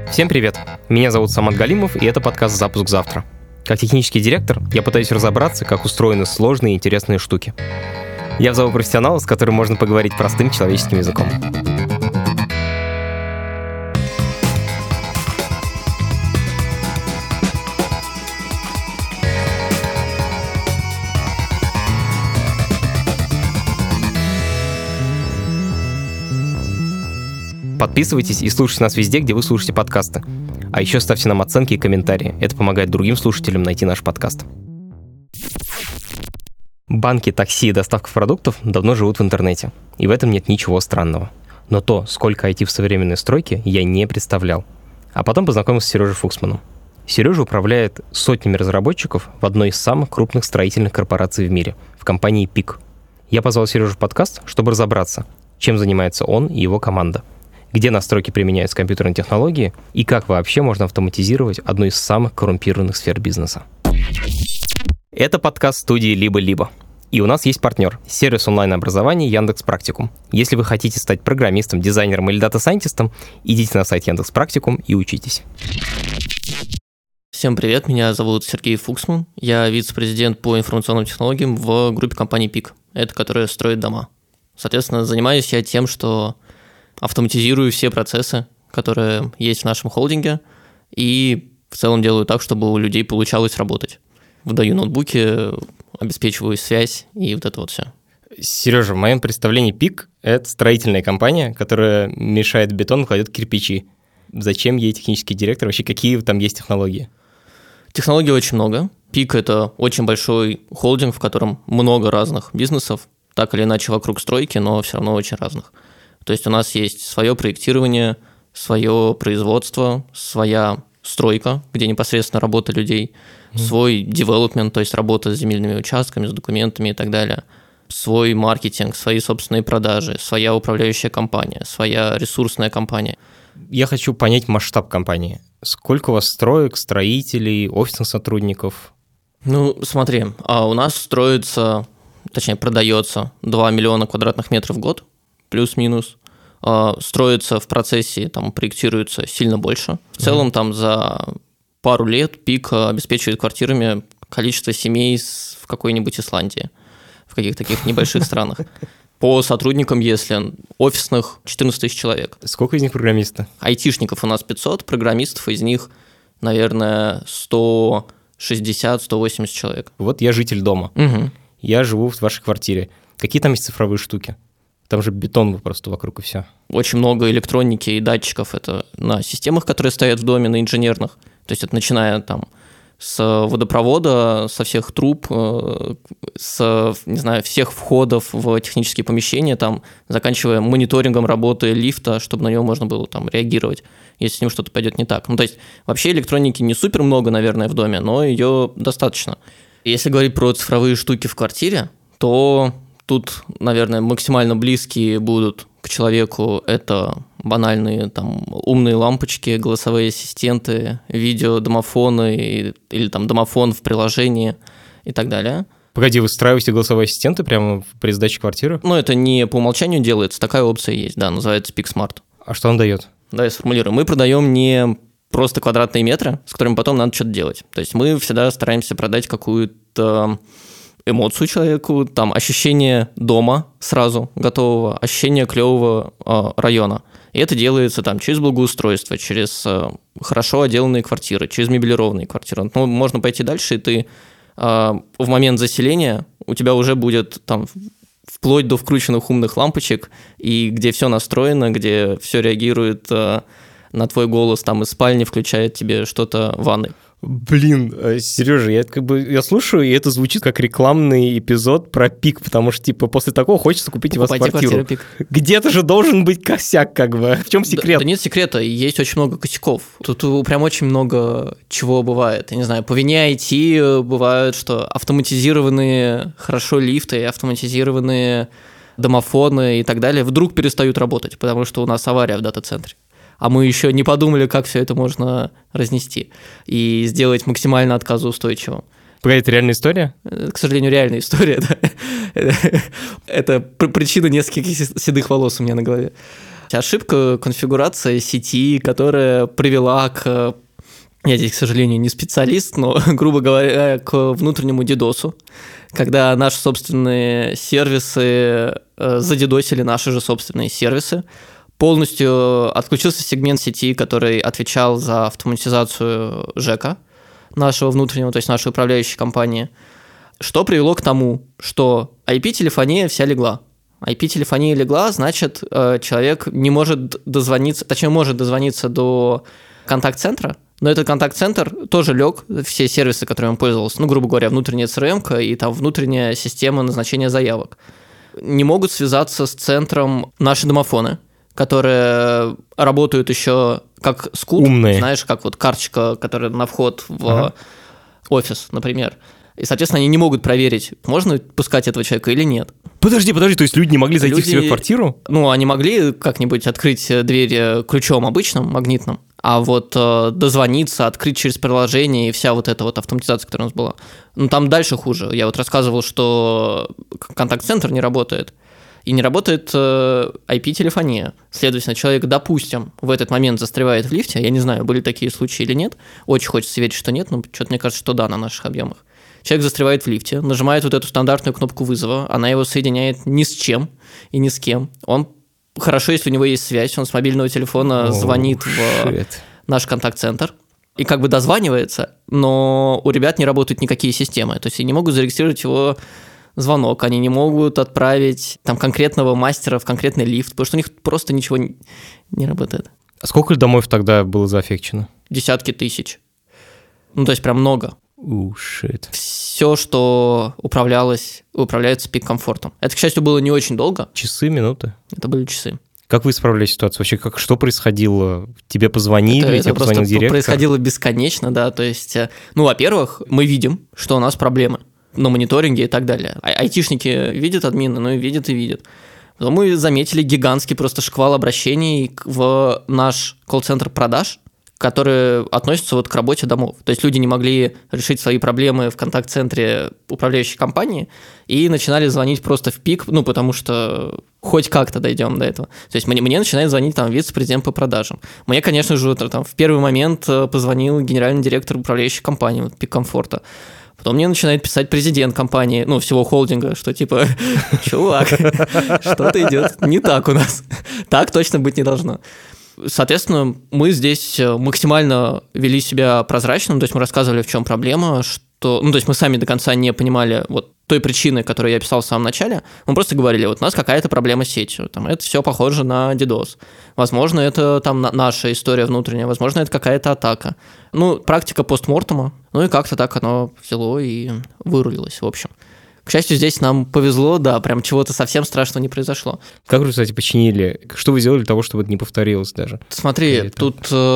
Всем привет! Меня зовут Самат Галимов, и это подкаст «Запуск завтра». Как технический директор, я пытаюсь разобраться, как устроены сложные и интересные штуки. Я взял профессионала, с которым можно поговорить простым человеческим языком. Подписывайтесь и слушайте нас везде, где вы слушаете подкасты. А еще ставьте нам оценки и комментарии. Это помогает другим слушателям найти наш подкаст. Банки, такси и доставка продуктов давно живут в интернете. И в этом нет ничего странного. Но то, сколько IT в современной стройке, я не представлял. А потом познакомился с Сережей Фуксманом. Сережа управляет сотнями разработчиков в одной из самых крупных строительных корпораций в мире, в компании ПИК. Я позвал Сережу в подкаст, чтобы разобраться, чем занимается он и его команда, где на стройке применяются компьютерные технологии и как вообще можно автоматизировать одну из самых коррумпированных сфер бизнеса. Это подкаст студии «Либо-либо». И у нас есть партнер – сервис онлайн-образования Яндекс.Практикум. Если вы хотите стать программистом, дизайнером или дата-сайентистом, идите на сайт Яндекс.Практикум и учитесь. Всем привет, меня зовут Сергей Фуксман. Я вице-президент по информационным технологиям в группе компании ПИК, это которая строит дома. Соответственно, занимаюсь я тем, что автоматизирую все процессы, которые есть в нашем холдинге, и в целом делаю так, чтобы у людей получалось работать. Выдаю ноутбуки, обеспечиваю связь и вот это вот все. Сережа, в моем представлении ПИК – это строительная компания, которая мешает бетон, кладет кирпичи. Зачем ей технический директор? Вообще, какие там есть технологии? Технологий очень много. ПИК – это очень большой холдинг, в котором много разных бизнесов, так или иначе вокруг стройки, но все равно очень разных. То есть у нас есть свое проектирование, свое производство, своя стройка, где непосредственно работа людей, свой девелопмент, то есть работа с земельными участками, с документами и так далее, свой маркетинг, свои собственные продажи, своя управляющая компания, своя ресурсная компания. Я хочу понять масштаб компании. Сколько у вас строек, строителей, офисных сотрудников? Ну, смотри, у нас строится, точнее, продается 2 миллиона квадратных метров в год, плюс-минус. Строится в процессе, там проектируется сильно больше. В целом там за пару лет ПИК обеспечивает квартирами количество семей в какой-нибудь Исландии, в каких-то таких небольших странах. По сотрудникам, если офисных, 14 тысяч человек. Сколько из них программисты? Айтишников у нас 500, программистов из них, наверное, 160-180 человек. Вот я житель дома. Я живу в вашей квартире. Какие там есть цифровые штуки? Там же бетон просто вокруг и все. Очень много электроники и датчиков. Это на системах, которые стоят в доме, на инженерных. То есть это начиная там с водопровода, со всех труб, с, не знаю, всех входов в технические помещения, там, заканчивая мониторингом работы лифта, чтобы на него можно было там реагировать, если с ним что-то пойдет не так. Ну, то есть вообще электроники не супер много, наверное, в доме, но ее достаточно. Если говорить про цифровые штуки в квартире, то тут, наверное, максимально близкие будут к человеку это банальные там умные лампочки, голосовые ассистенты, видеодомофоны или там домофон в приложении и так далее. Погоди, вы встраиваете голосовые ассистенты прямо при сдаче квартиры? Ну, это не по умолчанию делается, такая опция есть, да, называется PIK Smart. А что он дает? Да, я сформулирую. Мы продаем не просто квадратные метры, с которыми потом надо что-то делать. То есть мы всегда стараемся продать какую-то эмоцию человеку, там ощущение дома сразу готового, ощущение клевого района. И это делается там через благоустройство, через хорошо отделанные квартиры, через мебелированные квартиры. Ну, можно пойти дальше, и ты в момент заселения у тебя уже будет там вплоть до вкрученных умных лампочек, и где все настроено, где все реагирует на твой голос, там из спальни включает тебе что-то в ванной. Блин, Сережа, я слушаю, и это звучит как рекламный эпизод про ПИК, потому что, типа, после такого хочется купить у вас квартиру. Где-то же должен быть косяк, как бы. В чем секрет? Да нет секрета, есть очень много косяков. Тут прям очень много чего бывает. Я не знаю, по вине IT бывает, что автоматизированные хорошо лифты, автоматизированные домофоны и так далее вдруг перестают работать, потому что у нас авария в дата-центре. А мы еще не подумали, как все это можно разнести и сделать максимально отказоустойчивым. Погоди, это реальная история? К сожалению, реальная история, да. Это причина нескольких седых волос у меня на голове. Ошибка конфигурации сети, которая привела к... Я здесь, к сожалению, не специалист, но, грубо говоря, к внутреннему DDoS, когда наши собственные сервисы задидосили наши же собственные сервисы. Полностью отключился сегмент сети, который отвечал за автоматизацию ЖЭКа нашего внутреннего, то есть нашей управляющей компании, что привело к тому, что IP-телефония вся легла. IP-телефония легла, значит, человек не может дозвониться, точнее, может дозвониться до контакт-центра, но этот контакт-центр тоже лег, все сервисы, которыми он пользовался, грубо говоря, внутренняя CRM-ка и там внутренняя система назначения заявок, не могут связаться с центром наши домофоны, которые работают еще как скут, умные. Знаешь, как вот карточка, которая на вход в офис, например. И, соответственно, они не могут проверить, можно пускать этого человека или нет. Подожди, то есть люди не могли зайти в свою квартиру? Они могли как-нибудь открыть дверь ключом обычным, магнитным, а вот дозвониться, открыть через приложение и вся вот эта вот автоматизация, которая у нас была. Там дальше хуже. Я вот рассказывал, что контакт-центр не работает. И не работает IP-телефония. Следовательно, человек, допустим, в этот момент застревает в лифте. Я не знаю, были такие случаи или нет. Очень хочется верить, что нет, но что-то мне кажется, что да, на наших объемах. Человек застревает в лифте, нажимает вот эту стандартную кнопку вызова, она его соединяет ни с чем и ни с кем. Он хорошо, если у него есть связь, он с мобильного телефона звонит в наш контакт-центр и как бы дозванивается, но у ребят не работают никакие системы. То есть они не могут зарегистрировать его звонок, они не могут отправить там конкретного мастера в конкретный лифт, потому что у них просто ничего не работает. А сколько домов тогда было заэффекчено? Десятки тысяч. То есть прям много. Все, что управляется пик-комфортом. Это, к счастью, было не очень долго. Часы, минуты? Это были часы. Как вы исправляли ситуацию? Вообще, что происходило? Тебе позвонили, тебе позвонил директор? Происходило бесконечно, да. То есть, во-первых, мы видим, что у нас проблемы на мониторинге и так далее. Айтишники видят админы, видят и видят. Потом мы заметили гигантский просто шквал обращений в наш колл-центр продаж, которые относятся вот к работе домов. То есть люди не могли решить свои проблемы в контакт-центре управляющей компании и начинали звонить просто в пик, потому что хоть как-то дойдем до этого. То есть мне начинает звонить там вице-президент по продажам. Мне, конечно же, там, в первый момент позвонил генеральный директор управляющей компании, вот, пик комфорта. Потом мне начинает писать президент компании, всего холдинга, что типа, чувак, что-то идет не так у нас. Так точно быть не должно. Соответственно, мы здесь максимально вели себя прозрачно, то есть мы рассказывали, в чем проблема, что, то есть мы сами до конца не понимали вот той причины, которую я описал в самом начале, мы просто говорили, вот у нас какая-то проблема с сетью, там, это все похоже на DDoS, возможно, это там наша история внутренняя, возможно, это какая-то атака. Практика постмортума, и как-то так оно взяло и вырулилось, в общем. К счастью, здесь нам повезло, да, прям чего-то совсем страшного не произошло. Как вы, кстати, починили? Что вы сделали для того, чтобы это не повторилось даже? Смотри, тут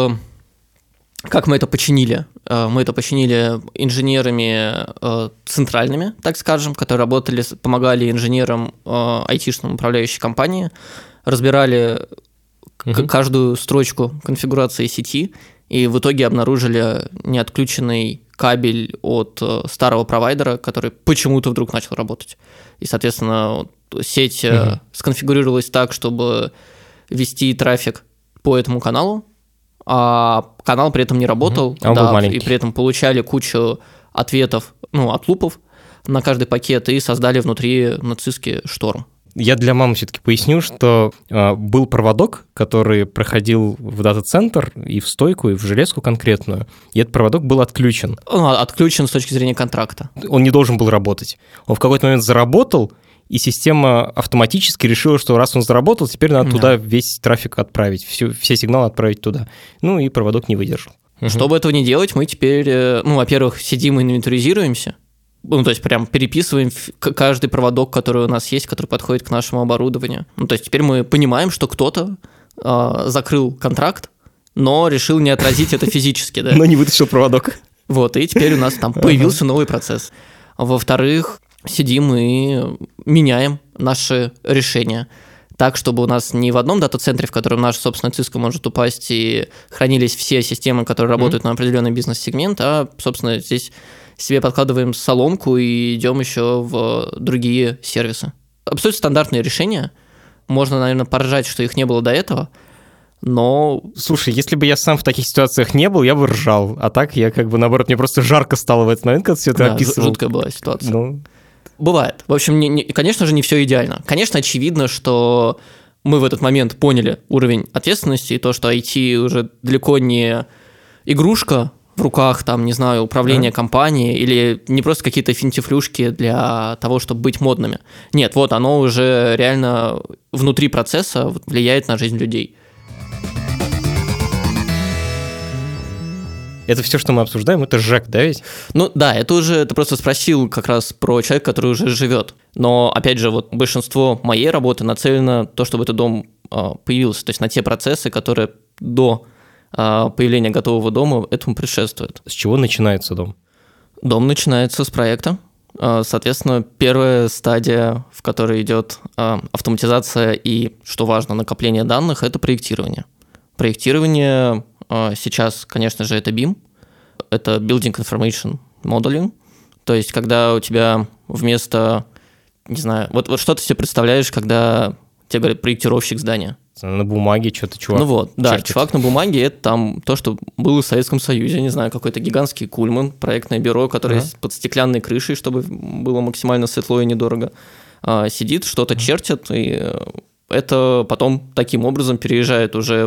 как мы это починили? Мы это починили инженерами центральными, так скажем, которые работали, помогали инженерам айтишным управляющей компании, разбирали каждую строчку конфигурации сети и в итоге обнаружили неотключенный кабель от старого провайдера, который почему-то вдруг начал работать. И, соответственно, сеть сконфигурировалась так, чтобы вести трафик по этому каналу, а канал при этом не работал, и при этом получали кучу ответов, от лупов на каждый пакет и создали внутри нацистский шторм. Я для мамы все-таки поясню, что был проводок, который проходил в дата-центр и в стойку, и в железку конкретную, и этот проводок был отключен. Он отключен с точки зрения контракта. Он не должен был работать. Он в какой-то момент заработал, и система автоматически решила, что раз он заработал, теперь надо туда весь трафик отправить, все сигналы отправить туда. И проводок не выдержал. Чтобы этого не делать, мы теперь, во-первых, сидим и инвентаризируемся, то есть прям переписываем каждый проводок, который у нас есть, который подходит к нашему оборудованию. То есть теперь мы понимаем, что кто-то закрыл контракт, но решил не отразить это физически. Да? Но не вытащил проводок. Вот, и теперь у нас там появился новый процесс. Во-вторых, сидим и меняем наши решения так, чтобы у нас не в одном дата-центре, в котором наша собственная циска может упасть, и хранились все системы, которые работают на определенный бизнес-сегмент, а, собственно, здесь себе подкладываем соломку и идем еще в другие сервисы. Абсолютно стандартные решения, можно, наверное, поржать, что их не было до этого, но... Слушай, если бы я сам в таких ситуациях не был, я бы ржал. А так я наоборот, мне просто жарко стало в этот момент, когда все это описывал. Жуткая была ситуация. Бывает. В общем, конечно же, не все идеально. Конечно, очевидно, что мы в этот момент поняли уровень ответственности и то, что IT уже далеко не игрушка в руках, там, не знаю, управления компанией или не просто какие-то финтифлюшки для того, чтобы быть модными. Нет, вот оно уже реально внутри процесса влияет на жизнь людей. Это все, что мы обсуждаем, это ЖЭК, да ведь? Ну да, это уже ты просто спросил как раз про человека, который уже живет. Но, опять же, вот большинство моей работы нацелено на то, чтобы этот дом появился, то есть на те процессы, которые до появления готового дома этому предшествуют. С чего начинается дом? Дом начинается с проекта. Соответственно, первая стадия, в которой идет автоматизация и, что важно, накопление данных, это проектирование. Проектирование сейчас, конечно же, это BIM, это Building Information Modeling, то есть когда у тебя вместо, не знаю, вот что ты себе представляешь, когда тебе говорят проектировщик здания? На бумаге что-то чувак. Ну вот, да, чертит. чувак на бумаге – это там то, что было в Советском Союзе, не знаю, какой-то гигантский Кульман, проектное бюро, которое под стеклянной крышей, чтобы было максимально светло и недорого, сидит, что-то чертит, и это потом таким образом переезжает уже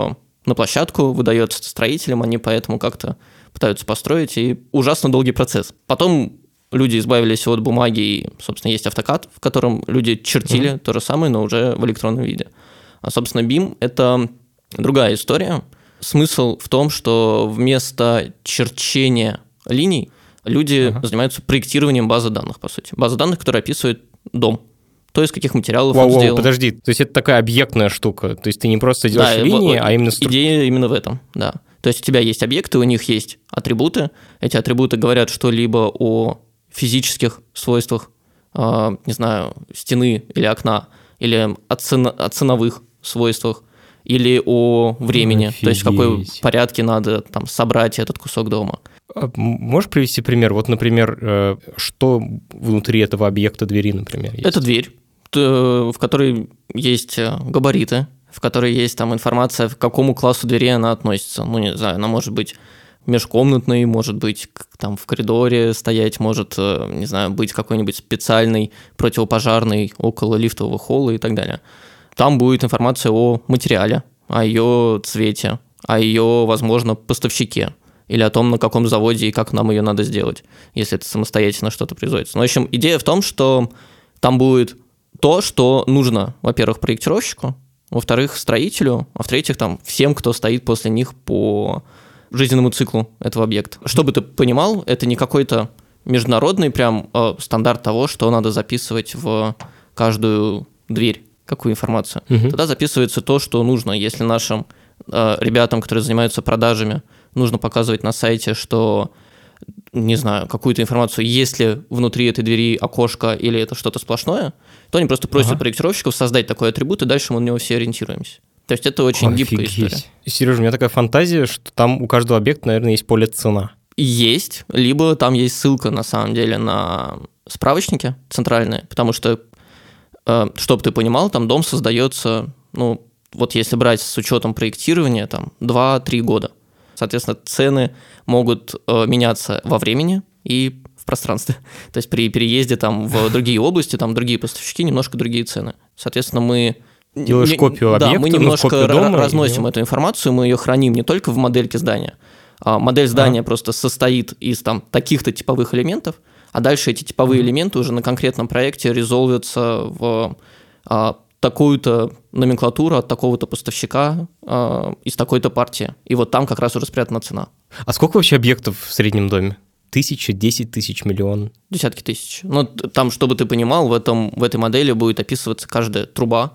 на площадку, выдается строителям, они поэтому как-то пытаются построить, и ужасно долгий процесс. Потом люди избавились от бумаги, и, собственно, есть AutoCAD, в котором люди чертили то же самое, но уже в электронном виде. А, собственно, BIM – это другая история. Смысл в том, что вместо черчения линий люди занимаются проектированием базы данных, по сути. База данных, которая описывает дом. То есть, каких материалов он сделал. Подожди, то есть это такая объектная штука, то есть ты не просто делаешь линии, а именно... Идея именно в этом, да. То есть у тебя есть объекты, у них есть атрибуты, эти атрибуты говорят что-либо о физических свойствах, не знаю, стены или окна, или о ценовых свойствах, или о времени, то есть в какой порядке надо там собрать этот кусок дома. Можешь привести пример? Вот, например, что внутри этого объекта двери, например, есть? Это дверь, в которой есть габариты, в которой есть там информация, к какому классу двери она относится. Ну, не знаю, она может быть межкомнатной, может быть там в коридоре стоять, может, не знаю, быть какой-нибудь специальной противопожарной около лифтового холла и так далее. Там будет информация о материале, о ее цвете, о ее, возможно, поставщике или о том, на каком заводе и как нам ее надо сделать, если это самостоятельно что-то производится. Но, в общем, идея в том, что там будет то, что нужно, во-первых, проектировщику, во-вторых, строителю, а в-третьих, там, всем, кто стоит после них по жизненному циклу этого объекта. Чтобы ты понимал, это не какой-то международный прям стандарт того, что надо записывать в каждую дверь, какую информацию. Тогда записывается то, что нужно. Если нашим ребятам, которые занимаются продажами, нужно показывать на сайте, что, не знаю, какую-то информацию, есть ли внутри этой двери окошко или это что-то сплошное, то они просто просят проектировщиков создать такой атрибут, и дальше мы на него все ориентируемся. То есть это очень гибкая история. Сережа, у меня такая фантазия, что там у каждого объекта, наверное, есть поле цена. Есть, либо там есть ссылка, на самом деле, на справочники центральные, потому что, чтобы ты понимал, там дом создается, ну, вот если брать с учетом проектирования, там 2-3 года. Соответственно, цены могут меняться во времени и в пространстве. То есть при переезде там в другие области, там другие поставщики, немножко другие цены. Соответственно, мы... Делаешь копию объекта, да, мы немножко копию дома, разносим эту информацию, мы ее храним не только в модельке здания. Модель здания просто состоит из там таких-то типовых элементов, а дальше эти типовые элементы уже на конкретном проекте резолвятся в такую-то номенклатуру от такого-то поставщика из такой-то партии. И вот там как раз уже спрятана цена. А сколько вообще объектов в среднем доме? 1000, 10 тысяч, миллион? Десятки тысяч. Но там, чтобы ты понимал, в этой модели будет описываться каждая труба,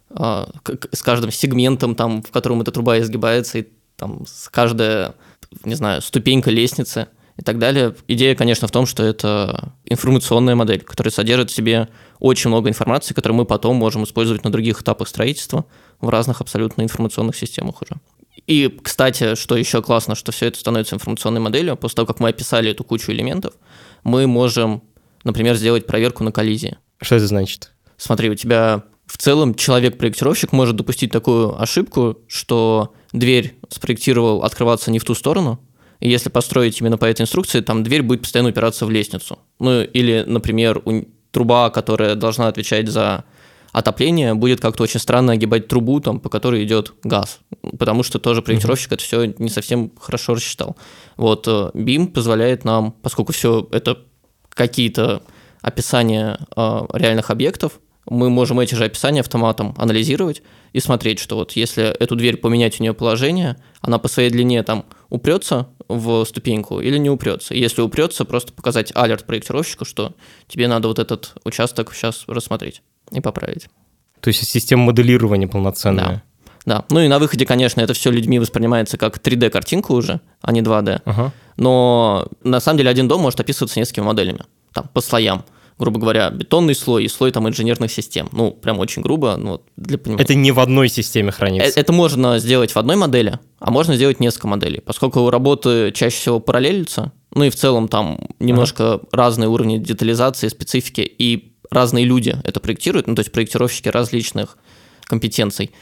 с каждым сегментом, там, в котором эта труба изгибается, и там с каждой, не знаю, ступенька лестницы и так далее. Идея, конечно, в том, что это информационная модель, которая содержит в себе очень много информации, которую мы потом можем использовать на других этапах строительства в разных абсолютно информационных системах уже. И, кстати, что еще классно, что все это становится информационной моделью. После того, как мы описали эту кучу элементов, мы можем, например, сделать проверку на коллизии. Что это значит? Смотри, у тебя в целом человек-проектировщик может допустить такую ошибку, что дверь спроектировал открываться не в ту сторону, и если построить именно по этой инструкции, там дверь будет постоянно упираться в лестницу. Ну, или, например, труба, которая должна отвечать за отопление, будет как-то очень странно огибать трубу, там, по которой идет газ, потому что тоже проектировщик это все не совсем хорошо рассчитал. Вот BIM позволяет нам, поскольку все это какие-то описания реальных объектов, мы можем эти же описания автоматом анализировать и смотреть, что вот если эту дверь поменять у нее положение, она по своей длине там упрется в ступеньку или не упрется. Если упрется, просто показать алерт проектировщику, что тебе надо вот этот участок сейчас рассмотреть и поправить. То есть система моделирования полноценная. Да. Ну и на выходе, конечно, это все людьми воспринимается как 3D-картинка уже, а не 2D. Ага. Но на самом деле один дом может описываться несколькими моделями, там, по слоям. Грубо говоря, бетонный слой и слой там инженерных систем. Ну, прям очень грубо, но для понимания. Это не в одной системе хранится? Это можно сделать в одной модели, а можно сделать несколько моделей. Поскольку работы чаще всего параллелятся, ну и в целом там немножко разные уровни детализации, специфики, и разные люди это проектируют, ну то есть проектировщики различных компетенций,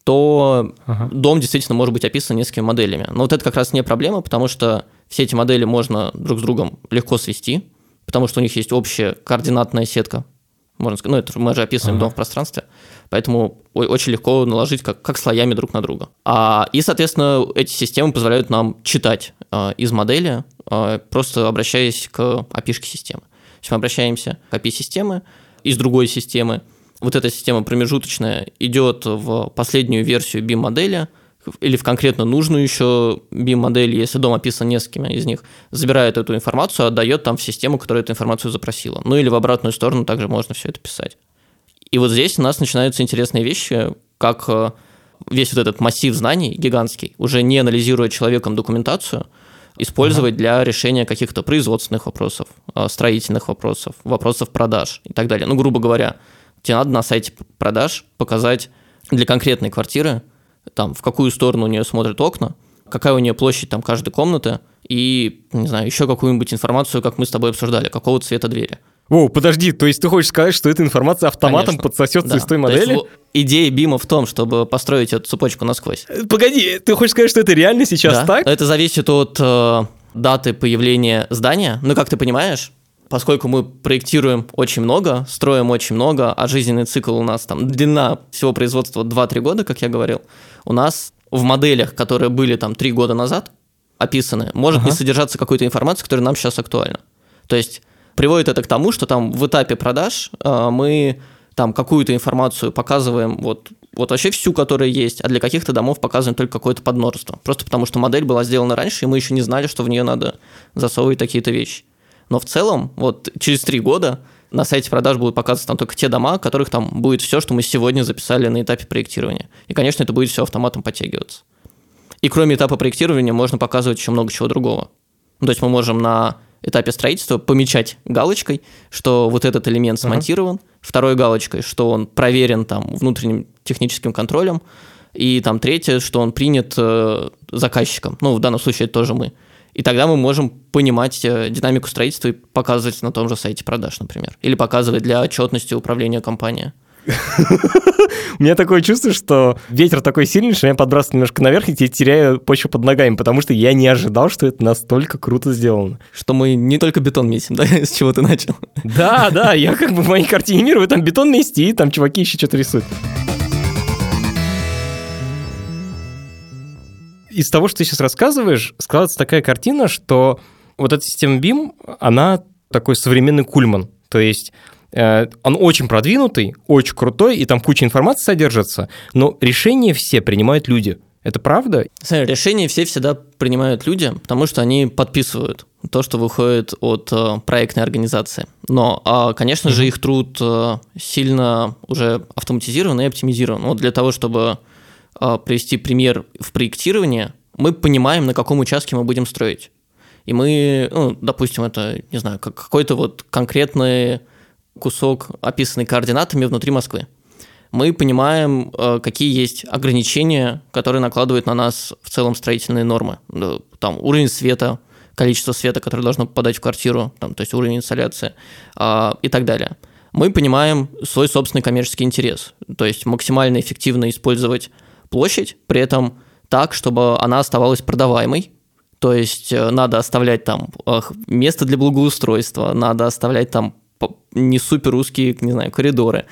то дом действительно может быть описан несколькими моделями. Но вот это как раз не проблема, потому что все эти модели можно друг с другом легко свести, потому что у них есть общая координатная сетка, можно сказать, ну это мы же описываем дом в пространстве, поэтому очень легко наложить как слоями друг на друга. И, соответственно, эти системы позволяют нам читать из модели, просто обращаясь к API-шке системы. То есть мы обращаемся к API системы из другой системы. Вот эта система промежуточная идет в последнюю версию BIM-модели, или в конкретно нужную еще BIM-модель, если дом описан несколькими из них, забирает эту информацию, отдает там в систему, которая эту информацию запросила. Ну или в обратную сторону также можно все это писать. И вот здесь у нас начинаются интересные вещи, как весь вот этот массив знаний гигантский, уже не анализируя человеком документацию, использовать для решения каких-то производственных вопросов, строительных вопросов, вопросов продаж и так далее. Ну, грубо говоря, тебе надо на сайте продаж показать для конкретной квартиры, там, в какую сторону у нее смотрят окна, какая у нее площадь там каждой комнаты и, не знаю, еще какую-нибудь информацию, как мы с тобой обсуждали, какого цвета двери. О, подожди, то есть ты хочешь сказать, что эта информация автоматом подсосется из той модели? То есть, идея BIM в том, чтобы построить эту цепочку насквозь. Погоди, ты хочешь сказать, что это реально сейчас так? Это зависит от даты появления здания. Ну, как ты понимаешь, поскольку мы проектируем очень много, строим очень много, а жизненный цикл у нас там, длина всего производства 2-3 года, как я говорил, у нас в моделях, которые были там 3 года назад описаны, может не содержаться какой-то информации, которая нам сейчас актуальна. То есть приводит это к тому, что там в этапе продаж мы там какую-то информацию показываем, вот вообще всю, которая есть, а для каких-то домов показываем только какое-то подмножество. Просто потому что модель была сделана раньше, и мы еще не знали, что в нее надо засовывать такие-то вещи. Но в целом, вот через 3 года на сайте продаж будут показываться там только те дома, которых там будет все, что мы сегодня записали на этапе проектирования. И, конечно, это будет все автоматом подтягиваться. И кроме этапа проектирования можно показывать еще много чего другого. То есть мы можем на этапе строительства помечать галочкой, что вот этот элемент смонтирован, второй галочкой, что он проверен там внутренним техническим контролем, и там третье, что он принят заказчиком. Ну, в данном случае это тоже мы. И тогда мы можем понимать динамику строительства и показывать на том же сайте продаж, например. Или показывать для отчетности управления компанией. У меня такое чувство, что ветер такой сильный, что я подбрасываю немножко наверх и теряю почву под ногами, потому что я не ожидал, что это настолько круто сделано. Что мы не только бетон месим, да, с чего ты начал. Да, я как бы в моей картине мира, вы там бетон месите, и там чуваки еще что-то рисуют. Из того, что ты сейчас рассказываешь, складывается такая картина, что вот эта система BIM, она такой современный кульман. То есть он очень продвинутый, очень крутой, и там куча информации содержится, но решения все принимают люди. Это правда? Решения все всегда принимают люди, потому что они подписывают то, что выходит от проектной организации. Но, конечно же, их труд сильно уже автоматизирован и оптимизирован. Вот для того, чтобы привести пример в проектировании, мы понимаем, на каком участке мы будем строить. И мы, допустим, это, не знаю, какой-то вот конкретный кусок, описанный координатами внутри Москвы. Мы понимаем, какие есть ограничения, которые накладывают на нас в целом строительные нормы. Там уровень света, количество света, которое должно попадать в квартиру, там, то есть уровень инсоляции и так далее. Мы понимаем свой собственный коммерческий интерес, то есть максимально эффективно использовать площадь, при этом так, чтобы она оставалась продаваемой. То есть надо оставлять там место для благоустройства, надо оставлять там не супер узкие, не знаю, коридоры,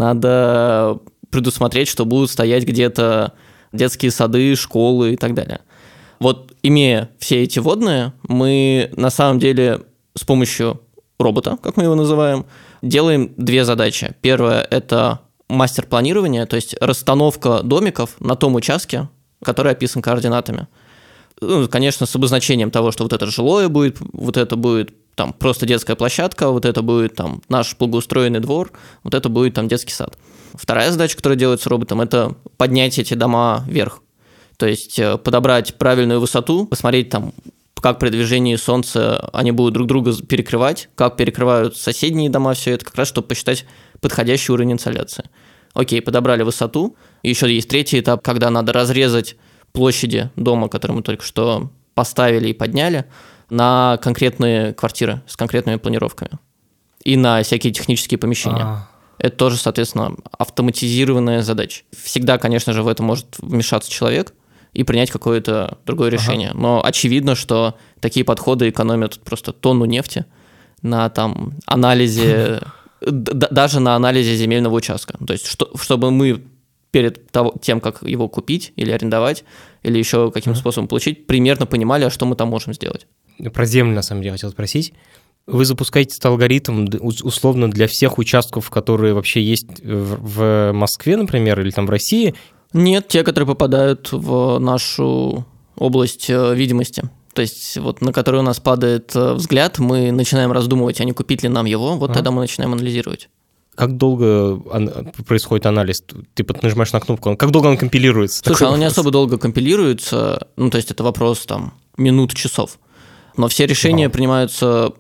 надо предусмотреть, что будут стоять где-то детские сады, школы и так далее. Вот имея все эти вводные, мы на самом деле с помощью робота, как мы его называем, делаем две задачи. Первая – это мастер-планирование, то есть расстановка домиков на том участке, который описан координатами. Ну, конечно, с обозначением того, что вот это жилое будет, вот это будет там просто детская площадка, вот это будет там наш благоустроенный двор, вот это будет там детский сад. Вторая задача, которая делается роботом, это поднять эти дома вверх. То есть подобрать правильную высоту, посмотреть там, как при движении солнца они будут друг друга перекрывать, как перекрывают соседние дома, все это как раз, чтобы посчитать подходящий уровень инсоляции. Окей, подобрали высоту. Еще есть третий этап, когда надо разрезать площади дома, который мы только что поставили и подняли, на конкретные квартиры с конкретными планировками и на всякие технические помещения. Это тоже, соответственно, автоматизированная задача. Всегда, конечно же, в это может вмешаться человек и принять какое-то другое решение. Но очевидно, что такие подходы экономят просто тонну нефти на там анализе, даже на анализе земельного участка. То есть, чтобы мы перед тем, как его купить или арендовать, или еще каким-то способом получить, примерно понимали, а что мы там можем сделать. Про землю, на самом деле, хотел спросить. Вы запускаете этот алгоритм условно для всех участков, которые вообще есть в Москве, например, или там в России? Нет, те, которые попадают в нашу область видимости. То есть вот на который у нас падает взгляд, мы начинаем раздумывать, а не купить ли нам его, вот тогда мы начинаем анализировать. Как долго происходит анализ? Ты нажимаешь на кнопку, как долго он компилируется? Слушай, он не особо долго компилируется, ну то есть это вопрос там минут, часов. Но все решения принимаются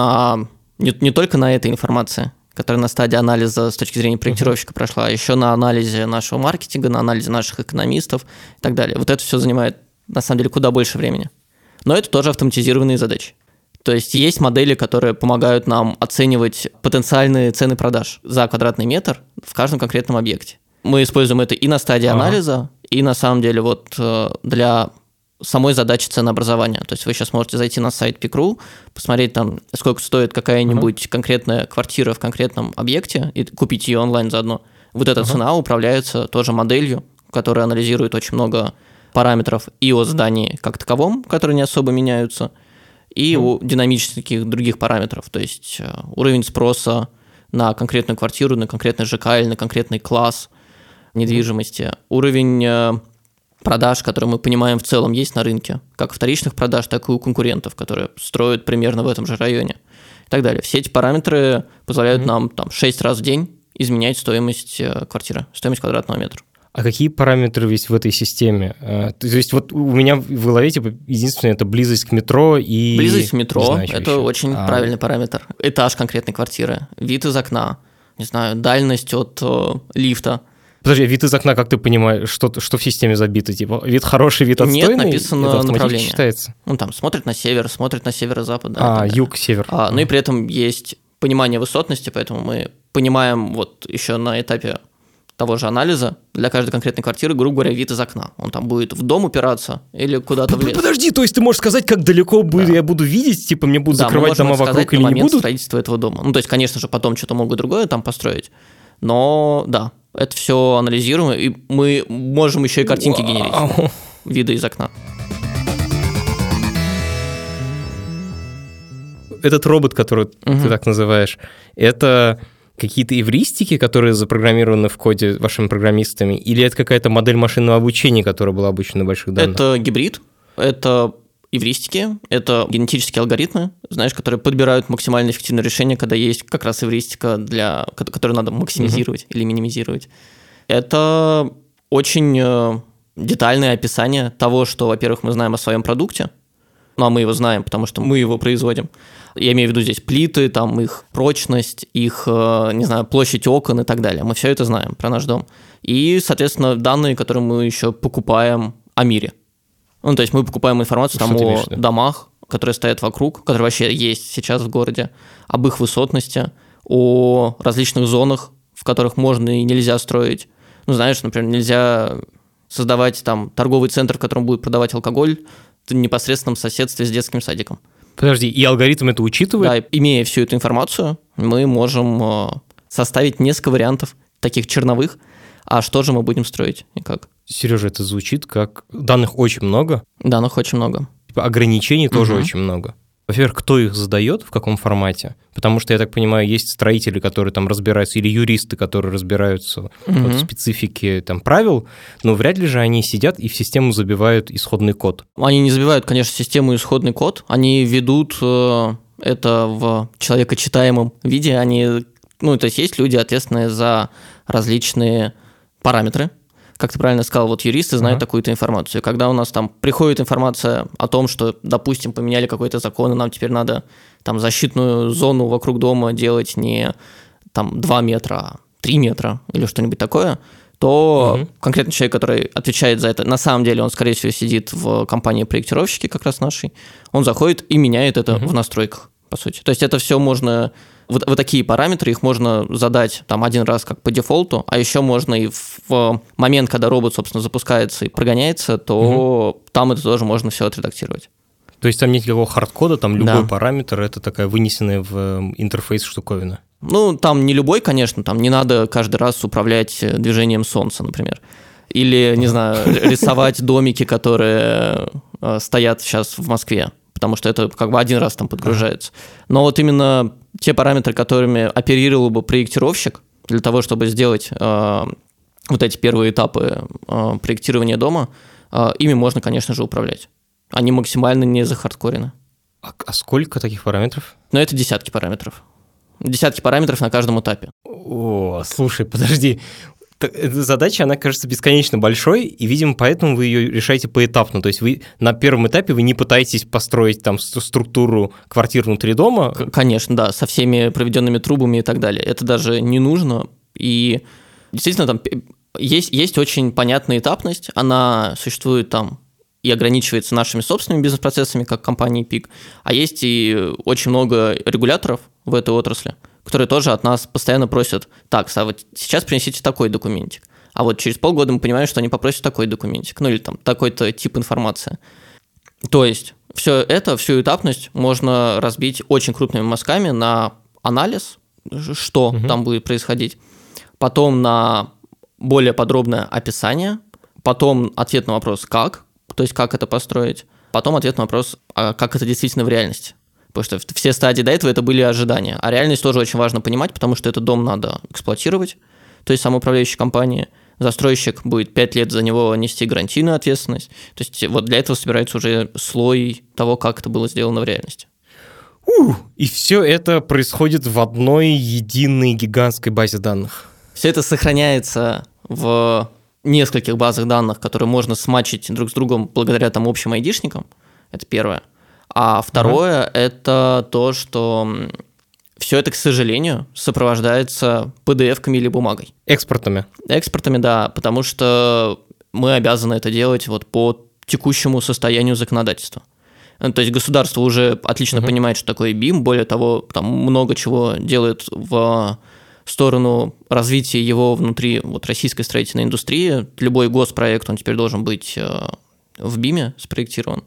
не только на этой информации, которая на стадии анализа с точки зрения проектировщика прошла, а еще на анализе нашего маркетинга, на анализе наших экономистов и так далее. Вот это все занимает, на самом деле, куда больше времени. Но это тоже автоматизированные задачи. То есть модели, которые помогают нам оценивать потенциальные цены продаж за квадратный метр в каждом конкретном объекте. Мы используем это и на стадии анализа, и на самом деле вот для самой задачи ценообразования. То есть вы сейчас можете зайти на сайт Peak.ru, посмотреть там, сколько стоит какая-нибудь конкретная квартира в конкретном объекте и купить ее онлайн заодно. Вот эта цена управляется тоже моделью, которая анализирует очень много параметров и о здании как таковом, которые не особо меняются, и у динамических других параметров, то есть уровень спроса на конкретную квартиру, на конкретный ЖК или на конкретный класс недвижимости, уровень продаж, которые мы понимаем в целом есть на рынке, как вторичных продаж, так и у конкурентов, которые строят примерно в этом же районе и так далее. Все эти параметры позволяют нам там 6 раз в день изменять стоимость квартиры, стоимость квадратного метра. А какие параметры есть в этой системе? То есть вот у меня в голове единственное это близость к метро и... Близость к метро – это очень правильный параметр. Этаж конкретной квартиры, вид из окна, не знаю, дальность от лифта. Подожди, вид из окна, как ты понимаешь, что в системе забито? Типа вид хороший, вид отстойный? Нет, написано направление. Считается? Ну, там, смотрит на север, смотрит на северо-запад. Да, юг, север. Ну и при этом есть понимание высотности, поэтому мы понимаем вот еще на этапе того же анализа для каждой конкретной квартиры, грубо говоря, вид из окна. Он там будет в дом упираться или куда-то в лес. Подожди, то есть ты можешь сказать, как далеко я буду видеть, типа мне будут закрывать дома вокруг или не будут? Да, строительства этого дома. Ну, то есть, конечно же, потом что-то могут другое там построить, но да, это все анализируем, и мы можем еще и картинки генерить, виды из окна. Этот робот, который ты так называешь, это какие-то эвристики, которые запрограммированы в коде вашими программистами, или это какая-то модель машинного обучения, которая была обучена на больших данных? Это гибрид, это эвристики, это генетические алгоритмы, знаешь, которые подбирают максимально эффективное решение, когда есть как раз эвристика, которую надо максимизировать или минимизировать. Это очень детальное описание того, что, во-первых, мы знаем о своем продукте, ну, а мы его знаем, потому что мы его производим. Я имею в виду здесь плиты, там их прочность, их, не знаю, площадь окон и так далее. Мы все это знаем про наш дом. И, соответственно, данные, которые мы еще покупаем о мире. Ну, то есть мы покупаем информацию там о домах, которые стоят вокруг, которые вообще есть сейчас в городе, об их высотности, о различных зонах, в которых можно и нельзя строить. Ну, знаешь, например, нельзя создавать там торговый центр, в котором будет продавать алкоголь в непосредственном соседстве с детским садиком. Подожди, и алгоритм это учитывает? Да, имея всю эту информацию, мы можем составить несколько вариантов таких черновых, а что же мы будем строить и как. Сережа, это звучит как... Данных очень много. Данных очень много. Ограничений тоже очень много. Во-первых, кто их задает, в каком формате? Потому что, я так понимаю, есть строители, которые там разбираются, или юристы, которые разбираются вот в специфике там, правил, но вряд ли же они сидят и в систему забивают исходный код. Они не забивают, конечно, в систему исходный код, они ведут это в человекочитаемом виде, то есть люди, ответственные за различные параметры. Как ты правильно сказал, вот юристы знают такую-то информацию. Когда у нас там приходит информация о том, что, допустим, поменяли какой-то закон, и нам теперь надо там защитную зону вокруг дома делать не там 2 метра, а 3 метра или что-нибудь такое, то конкретный человек, который отвечает за это, на самом деле он, скорее всего, сидит в компании-проектировщики как раз нашей, он заходит и меняет это в настройках, по сути. То есть это все можно... Вот такие параметры, их можно задать там один раз как по дефолту, а еще можно и в момент, когда робот, собственно, запускается и прогоняется, то там это тоже можно все отредактировать. То есть там нет никакого хардкода, там любой параметр, это такая вынесенная в интерфейс штуковина? Ну, там не любой, конечно, там не надо каждый раз управлять движением солнца, например. Или, не знаю, рисовать домики, которые стоят сейчас в Москве, потому что это как бы один раз там подгружается. Но вот именно те параметры, которыми оперировал бы проектировщик для того, чтобы сделать вот эти первые этапы проектирования дома, ими можно, конечно же, управлять. Они максимально не захардкорены. А сколько таких параметров? Ну, это десятки параметров. Десятки параметров на каждом этапе. О, слушай, подожди. Эта задача, она кажется бесконечно большой, и, видимо, поэтому вы ее решаете поэтапно. То есть вы на первом этапе вы не пытаетесь построить там структуру квартир внутри дома? Конечно, да, со всеми проведенными трубами и так далее. Это даже не нужно. И действительно там есть очень понятная этапность, она существует там и ограничивается нашими собственными бизнес-процессами, как компании ПИК, а есть и очень много регуляторов в этой отрасли, которые тоже от нас постоянно просят: так, а вот сейчас принесите такой документик, а вот через полгода мы понимаем, что они попросят такой документик, ну или там такой-то тип информации. То есть всю этапность можно разбить очень крупными мазками на анализ, что там будет происходить, потом на более подробное описание, потом ответ на вопрос «как?», то есть как это построить, потом ответ на вопрос «а как это действительно в реальности?». Потому что все стадии до этого это были ожидания. А реальность тоже очень важно понимать, потому что этот дом надо эксплуатировать, то есть самоуправляющей компании. Застройщик будет 5 лет за него нести гарантийную ответственность. То есть вот для этого собирается уже слой того, как это было сделано в реальности. И все это происходит в одной единой гигантской базе данных. Все это сохраняется в нескольких базах данных, которые можно сматчить друг с другом благодаря там общим айдишникам. Это первое. А второе – это то, что все это, к сожалению, сопровождается PDF-ками или бумагой. Экспортами. Экспортами, да, потому что мы обязаны это делать вот по текущему состоянию законодательства. То есть государство уже отлично понимает, что такое BIM, более того, там много чего делает в сторону развития его внутри вот российской строительной индустрии. Любой госпроект, он теперь должен быть в BIM спроектирован.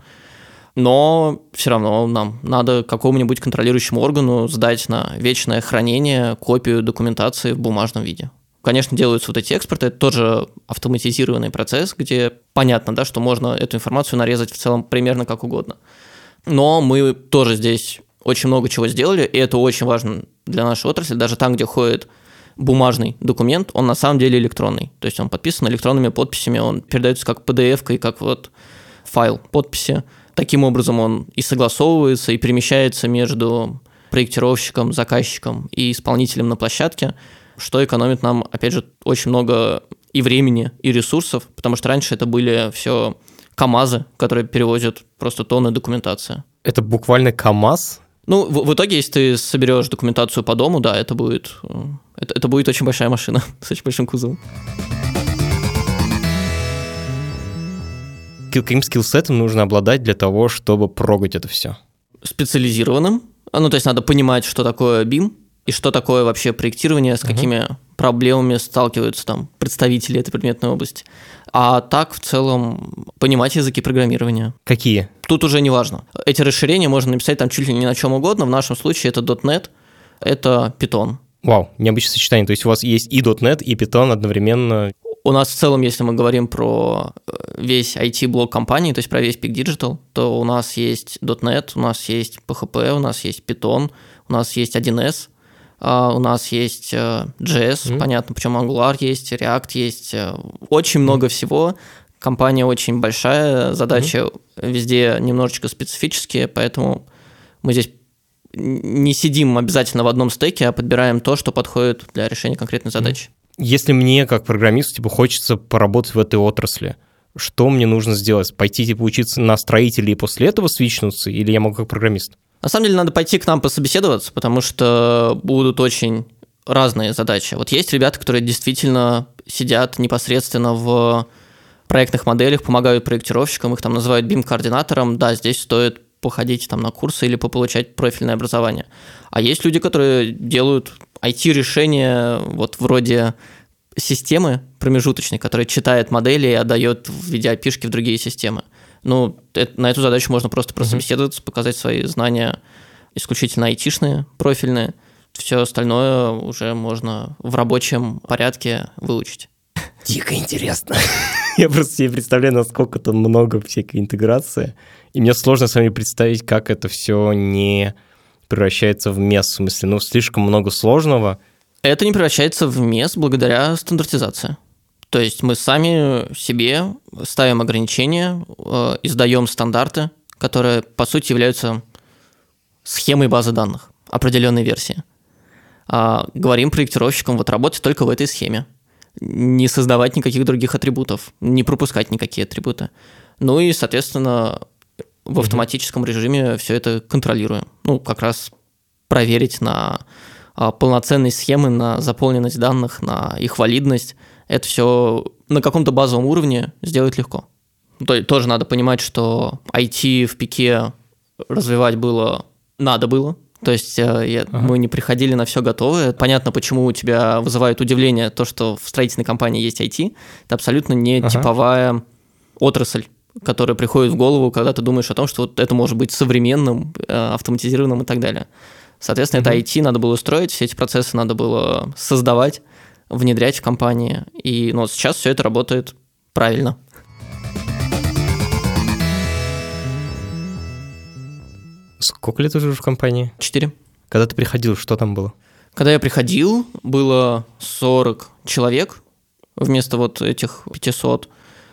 Но все равно нам надо какому-нибудь контролирующему органу сдать на вечное хранение копию документации в бумажном виде. Конечно, делаются вот эти экспорты, это тоже автоматизированный процесс, где понятно, да, что можно эту информацию нарезать в целом примерно как угодно. Но мы тоже здесь очень много чего сделали, и это очень важно для нашей отрасли. Даже там, где ходит бумажный документ, он на самом деле электронный. То есть он подписан электронными подписями, он передается как PDF-ка и как вот файл подписи. Таким образом он и согласовывается, и перемещается между проектировщиком, заказчиком и исполнителем на площадке, что экономит нам, опять же, очень много и времени, и ресурсов, потому что раньше это были все КАМАЗы, которые перевозят просто тонны документации. Это буквально КАМАЗ? Ну, в итоге, если ты соберешь документацию по дому, да, это будет очень большая машина с очень большим кузовом. Каким скиллсетом нужно обладать для того, чтобы прогать это все? Специализированным. Ну, то есть надо понимать, что такое BIM, и что такое вообще проектирование, с какими проблемами сталкиваются там представители этой предметной области. А так, в целом, понимать языки программирования. Какие? Тут уже не важно. Эти расширения можно написать там чуть ли не на чем угодно. В нашем случае это .NET, это Python. Вау, необычное сочетание. То есть у вас есть и .NET, и Python одновременно. У нас в целом, если мы говорим про весь IT-блок компании, то есть про весь Peak Digital, то у нас есть .NET, у нас есть PHP, у нас есть Python, у нас есть 1С, у нас есть JS, понятно, почему Angular есть, React есть, очень много всего. Компания очень большая, задачи везде немножечко специфические, поэтому мы здесь не сидим обязательно в одном стеке, а подбираем то, что подходит для решения конкретной задачи. Если мне, как программисту, хочется поработать в этой отрасли, что мне нужно сделать? Пойти учиться на строителя и после этого свичнуться, или я могу как программист? На самом деле надо пойти к нам пособеседоваться, потому что будут очень разные задачи. Вот есть ребята, которые действительно сидят непосредственно в проектных моделях, помогают проектировщикам, их там называют BIM-координатором. Да, здесь стоит походить там на курсы или пополучать профильное образование. А есть люди, которые делают IT-решения вот вроде системы промежуточной, которая читает модели и отдает в виде API-шки в другие системы. Ну, на эту задачу можно просто прособеседоваться, показать свои знания исключительно айтишные, профильные. Все остальное уже можно в рабочем порядке выучить. Дико интересно. Я просто себе представляю, насколько там много всякой интеграции. И мне сложно с вами представить, как это все не превращается в месс. В смысле, слишком много сложного. Это не превращается в месс благодаря стандартизации. То есть мы сами себе ставим ограничения, издаем стандарты, которые, по сути, являются схемой базы данных определенной версии. Говорим проектировщикам, вот работать только в этой схеме. Не создавать никаких других атрибутов, не пропускать никакие атрибуты. Ну и, соответственно, в автоматическом режиме все это контролируем. Как раз проверить на полноценность схемы, на заполненность данных, на их валидность. Это все на каком-то базовом уровне сделать легко. Тоже надо понимать, что IT в пике развивать надо было. То есть мы не приходили на все готовое. Понятно, почему у тебя вызывает удивление то, что в строительной компании есть IT. Это абсолютно не типовая отрасль, которая приходит в голову, когда ты думаешь о том, что вот это может быть современным, автоматизированным и так далее. Соответственно, это IT надо было строить, все эти процессы надо было создавать, внедрять в компании. И сейчас все это работает правильно. Сколько лет уже в компании? 4. Когда ты приходил, что там было? Когда я приходил, было 40 человек вместо вот этих 500.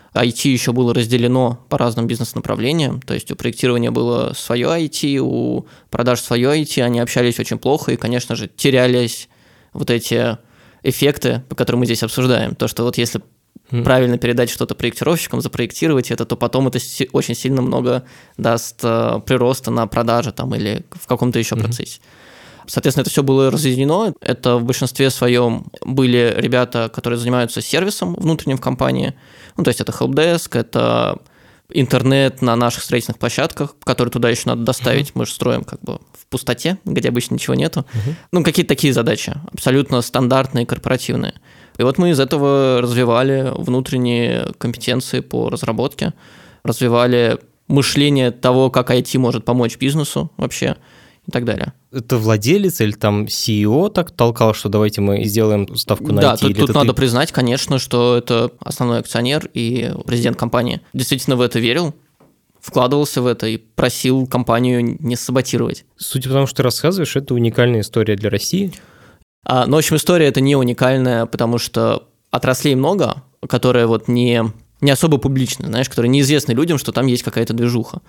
IT еще было разделено по разным бизнес-направлениям, то есть у проектирования было свое IT, у продаж свое IT, они общались очень плохо и, конечно же, терялись вот эти эффекты, по которым мы здесь обсуждаем. То, что вот если правильно передать что-то проектировщикам, запроектировать это, то потом это очень сильно много даст прироста на продаже там, или в каком-то еще процессе. Соответственно, это все было разъединено. Это в большинстве своем были ребята, которые занимаются сервисом внутренним в компании. То есть это helpdesk, это интернет на наших строительных площадках, который туда еще надо доставить. Мы же строим как бы в пустоте, где обычно ничего нету. Какие-то такие задачи, абсолютно стандартные, корпоративные. И вот мы из этого развивали внутренние компетенции по разработке, развивали мышление того, как IT может помочь бизнесу вообще и так далее. Это владелец или там CEO так толкал, что давайте мы сделаем ставку на IT? Да, тут надо признать, конечно, что это основной акционер и президент компании. Действительно в это верил, вкладывался в это и просил компанию не саботировать. Судя по тому, что ты рассказываешь, это уникальная история для России. Но, в общем, история эта не уникальная, потому что отраслей много, которые вот не особо публичны, знаешь, которые неизвестны людям, что там есть какая-то движуха.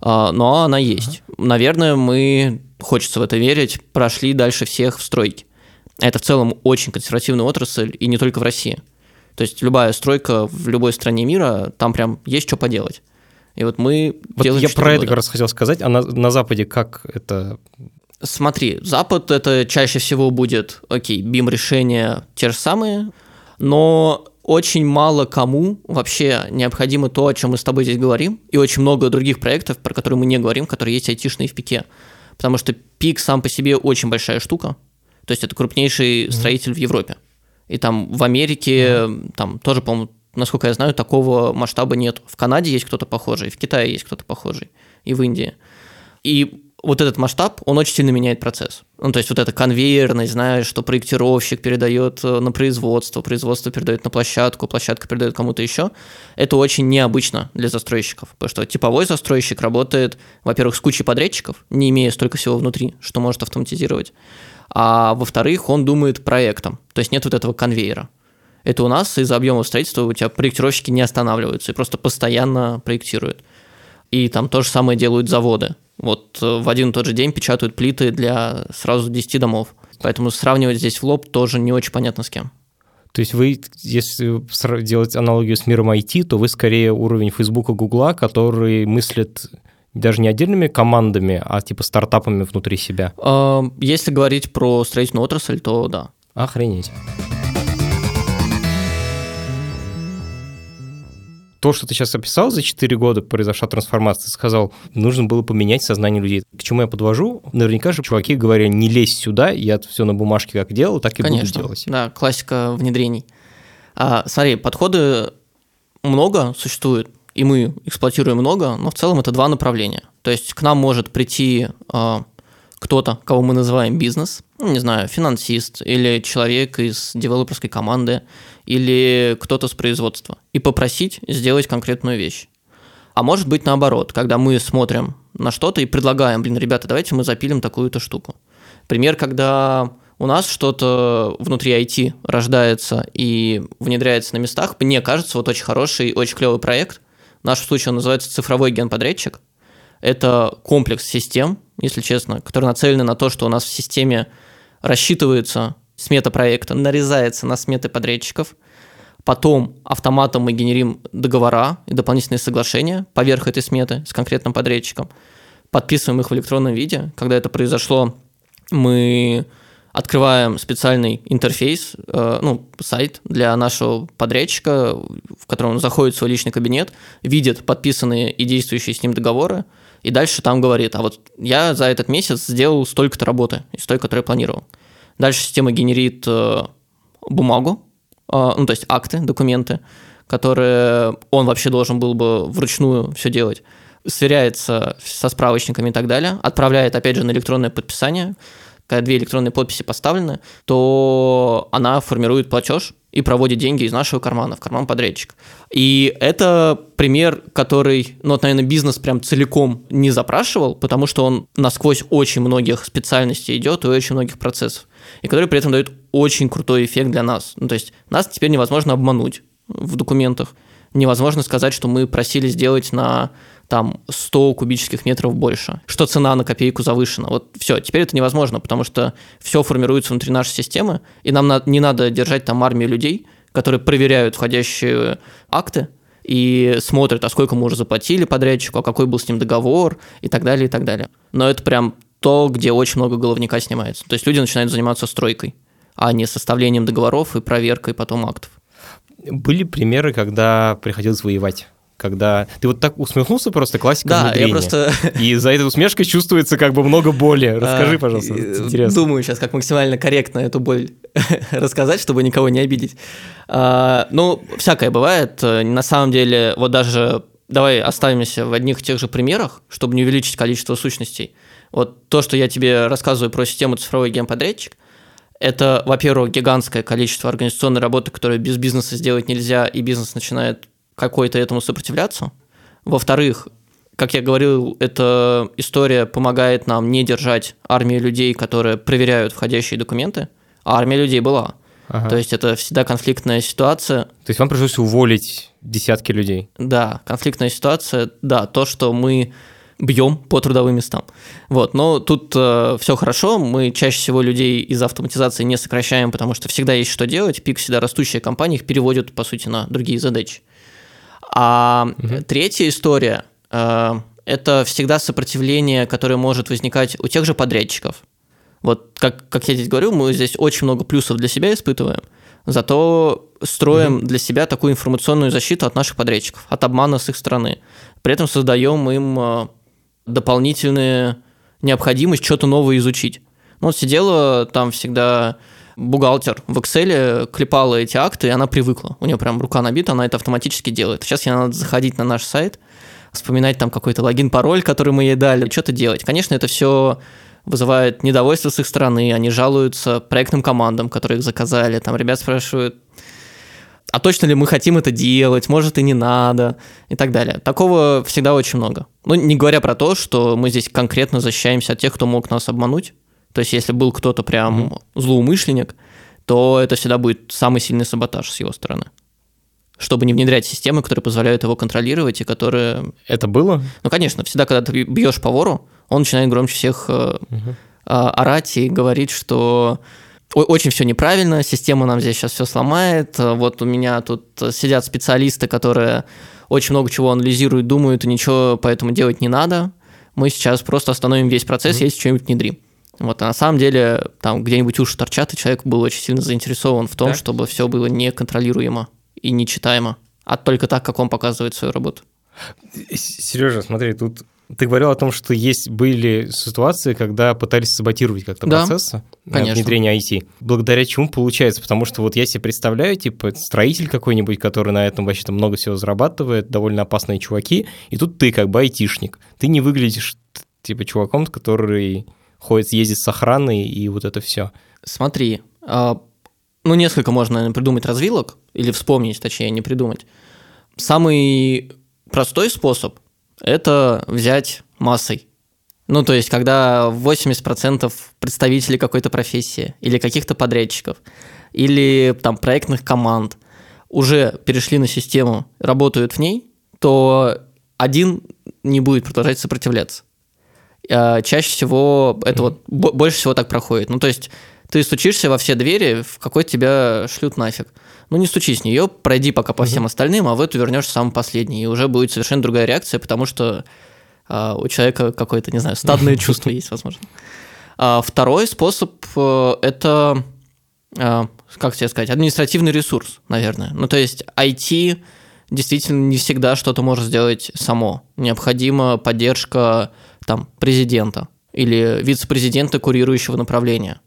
Но она есть. Наверное, мы, хочется в это верить, прошли дальше всех в стройке. Это в целом очень консервативная отрасль, и не только в России. То есть любая стройка в любой стране мира, там прям есть что поделать. И вот мы делаем 4 года. Я про это как раз хотел сказать, а на Западе как это... Смотри, Запад это чаще всего будет, BIM-решения те же самые, но очень мало кому вообще необходимо то, о чем мы с тобой здесь говорим, и очень много других проектов, про которые мы не говорим, которые есть айтишные в пике. Потому что пик сам по себе очень большая штука. То есть это крупнейший строитель в Европе. И там в Америке, там тоже, по-моему, насколько я знаю, такого масштаба нет. В Канаде есть кто-то похожий, в Китае есть кто-то похожий, и в Индии. И вот этот масштаб, он очень сильно меняет процесс. Ну, то есть вот эта конвейерность, знаешь, что проектировщик передает на производство передает на площадка передает кому-то еще, это очень необычно для застройщиков, потому что типовой застройщик работает, во-первых, с кучей подрядчиков, не имея столько всего внутри, что может автоматизировать, а во-вторых, он думает проектом, то есть нет вот этого конвейера. Это у нас из-за объема строительства у тебя проектировщики не останавливаются и просто постоянно проектируют. И там то же самое делают заводы. Вот в один и тот же день печатают плиты для сразу 10 домов. Поэтому сравнивать здесь в лоб тоже не очень понятно с кем. То есть вы, если делать аналогию с миром IT, то вы скорее уровень Фейсбука, Гугла, который мыслит даже не отдельными командами, а типа стартапами внутри себя. Если говорить про строительную отрасль, то да. Охренеть. То, что ты сейчас описал, за 4 года произошла трансформация, ты сказал, нужно было поменять сознание людей. К чему я подвожу? Наверняка же чуваки говорили, не лезь сюда, я все на бумажке как делал, так и буду делать. Да, классика внедрений. Смотри, подходы много существует, и мы эксплуатируем много, но в целом это два направления. То есть к нам может прийти кто-то, кого мы называем бизнес, не знаю, финансист или человек из девелоперской команды, или кто-то с производства, и попросить сделать конкретную вещь. А может быть наоборот, когда мы смотрим на что-то и предлагаем, ребята, давайте мы запилим такую-то штуку. Пример, когда у нас что-то внутри IT рождается и внедряется на местах, мне кажется, вот очень хороший, очень клевый проект. В нашем случае он называется «Цифровой генподрядчик». Это комплекс систем, если честно, которые нацелены на то, что у нас в системе рассчитывается смета проекта, нарезается на сметы подрядчиков, потом автоматом мы генерим договора и дополнительные соглашения поверх этой сметы с конкретным подрядчиком, подписываем их в электронном виде. Когда это произошло, мы открываем специальный интерфейс, сайт для нашего подрядчика, в котором он заходит в свой личный кабинет, видит подписанные и действующие с ним договоры, и дальше там говорит, а вот я за этот месяц сделал столько-то работы, из той, которую я планировал. Дальше система генерит бумагу, то есть акты, документы, которые он вообще должен был бы вручную все делать, сверяется со справочниками и так далее, отправляет, опять же, на электронное подписание. Когда 2 электронные подписи поставлены, то она формирует платеж и проводит деньги из нашего кармана в карман подрядчика. И это пример, который, наверное, бизнес прям целиком не запрашивал, потому что он насквозь очень многих специальностей идет и очень многих процессов, и который при этом дает очень крутой эффект для нас. То есть нас теперь невозможно обмануть в документах, невозможно сказать, что мы просили сделать на 100 кубических метров больше, что цена на копейку завышена. Вот все, теперь это невозможно, потому что все формируется внутри нашей системы, и нам не надо держать там армию людей, которые проверяют входящие акты и смотрят, а сколько мы уже заплатили подрядчику, а какой был с ним договор и так далее, и так далее. Но это прям то, где очень много головника снимается. То есть люди начинают заниматься стройкой, а не составлением договоров и проверкой потом актов. Были примеры, когда приходилось воевать? Когда ты вот так усмехнулся, просто классика внедрения. Я просто... И за этой усмешкой чувствуется как бы много боли. Расскажи, пожалуйста, интересно. Думаю сейчас, как максимально корректно эту боль рассказать, чтобы никого не обидеть. Всякое бывает. На самом деле, вот даже давай оставимся в одних и тех же примерах, чтобы не увеличить количество сущностей. Вот то, что я тебе рассказываю про систему цифровой генподрядчик, это, во-первых, гигантское количество организационной работы, которую без бизнеса сделать нельзя, и бизнес начинает какой-то этому сопротивляться. Во-вторых, как я говорил, эта история помогает нам не держать армию людей, которые проверяют входящие документы, а армия людей была. Ага. То есть это всегда конфликтная ситуация. То есть вам пришлось уволить десятки людей? Да, конфликтная ситуация, да, то, что мы бьем по трудовым местам. Вот, но тут все хорошо, мы чаще всего людей из автоматизации не сокращаем, потому что всегда есть что делать, пик всегда растущая компания их переводит, по сути, на другие задачи. Третья история это всегда сопротивление, которое может возникать у тех же подрядчиков. Вот как я здесь говорю, мы здесь очень много плюсов для себя испытываем, зато строим для себя такую информационную защиту от наших подрядчиков, от обмана с их стороны. При этом создаем им дополнительную необходимость что-то новое изучить. Ну, вот сидела там всегда бухгалтер в Excel, клепала эти акты, и она привыкла. У нее прям рука набита, она это автоматически делает. Сейчас ей надо заходить на наш сайт, вспоминать там какой-то логин-пароль, который мы ей дали, что-то делать. Конечно, это все вызывает недовольство с их стороны, они жалуются проектным командам, которые их заказали, там ребят спрашивают, а точно ли мы хотим это делать, может и не надо, и так далее. Такого всегда очень много. Ну, не говоря про то, что мы здесь конкретно защищаемся от тех, кто мог нас обмануть. То есть, если был кто-то прям злоумышленник, то это всегда будет самый сильный саботаж с его стороны. Чтобы не внедрять системы, которые позволяют его контролировать и которые... Это было? Ну, конечно, всегда, когда ты бьешь по вору, он начинает громче всех орать и говорить, что очень все неправильно, система нам здесь сейчас все сломает, вот у меня тут сидят специалисты, которые очень много чего анализируют, думают, и ничего поэтому делать не надо, мы сейчас просто остановим весь процесс, если что-нибудь внедрим. Вот, а на самом деле там где-нибудь уши торчат, и человек был очень сильно заинтересован в том, чтобы все было неконтролируемо и нечитаемо, а только так, как он показывает свою работу. Сережа, смотри, тут ты говорил о том, что были ситуации, когда пытались саботировать как-то процессы внедрения IT. Благодаря чему получается? Потому что вот я себе представляю, типа, строитель какой-нибудь, который на этом вообще-то много всего зарабатывает, довольно опасные чуваки, и тут ты как бы айтишник. Ты не выглядишь, типа, чуваком, который ездит с охраной и вот это все. Смотри, несколько можно, наверное, придумать развилок, или вспомнить, точнее, не придумать. Самый простой способ – это взять массой. Ну, то есть, когда 80% представителей какой-то профессии или каких-то подрядчиков, или там проектных команд уже перешли на систему, работают в ней, то один не будет продолжать сопротивляться. Чаще всего это вот больше всего так проходит. Ну, то есть, ты стучишься во все двери, в какой тебя шлют нафиг. Ну, не стучись в нее, пройди пока по всем остальным, а в эту вернешься самый последний. И уже будет совершенно другая реакция, потому что у человека какое-то, не знаю, стадное чувство есть, возможно. Второй способ – это, как тебе сказать, административный ресурс, наверное. Ну, то есть IT действительно не всегда что-то может сделать само. Необходима поддержка там, президента или вице-президента курирующего направления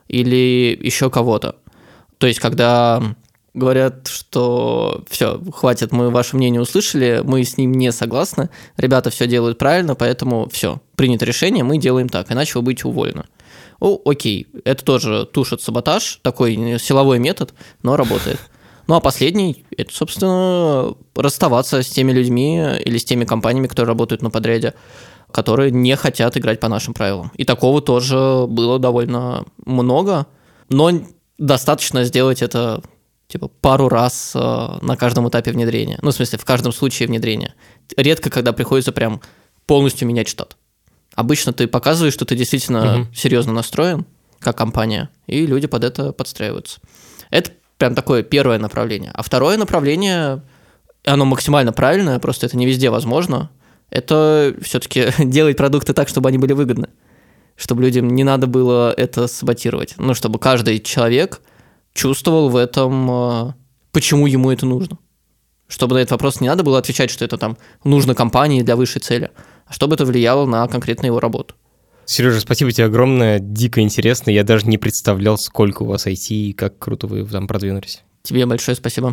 или еще кого-то. То есть, когда говорят, что все, хватит, мы ваше мнение услышали, мы с ним не согласны, ребята все делают правильно, поэтому все, принято решение, мы делаем так, иначе вы будете уволены. Окей, это тоже тушит саботаж, такой силовой метод, но работает. Ну, а последний – это, собственно, расставаться с теми людьми или с теми компаниями, которые работают на подряде, которые не хотят играть по нашим правилам. И такого тоже было довольно много, но достаточно сделать это типа пару раз на каждом этапе внедрения. Ну, в смысле, в каждом случае внедрения. Редко, когда приходится прям полностью менять штат. Обычно ты показываешь, что ты действительно серьезно настроен, как компания, и люди под это подстраиваются. Это прям такое первое направление. А второе направление, оно максимально правильное, просто это не везде возможно, это все-таки делать продукты так, чтобы они были выгодны. Чтобы людям не надо было это саботировать. Ну, чтобы каждый человек чувствовал в этом, почему ему это нужно. Чтобы на этот вопрос не надо было отвечать, что это там нужно компании для высшей цели, а чтобы это влияло на конкретно его работу. Сережа, спасибо тебе огромное, дико интересно. Я даже не представлял, сколько у вас IT и как круто вы там продвинулись. Тебе большое спасибо.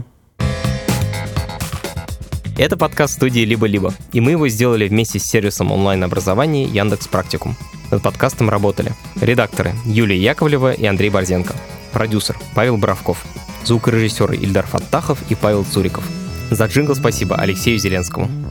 Это подкаст студии «Либо-либо», и мы его сделали вместе с сервисом онлайн-образования Яндекс.Практикум. Над подкастом работали редакторы Юлия Яковлева и Андрей Борзенко, продюсер Павел Боровков, звукорежиссеры Ильдар Фаттахов и Павел Цуриков. За джингл спасибо Алексею Зеленскому.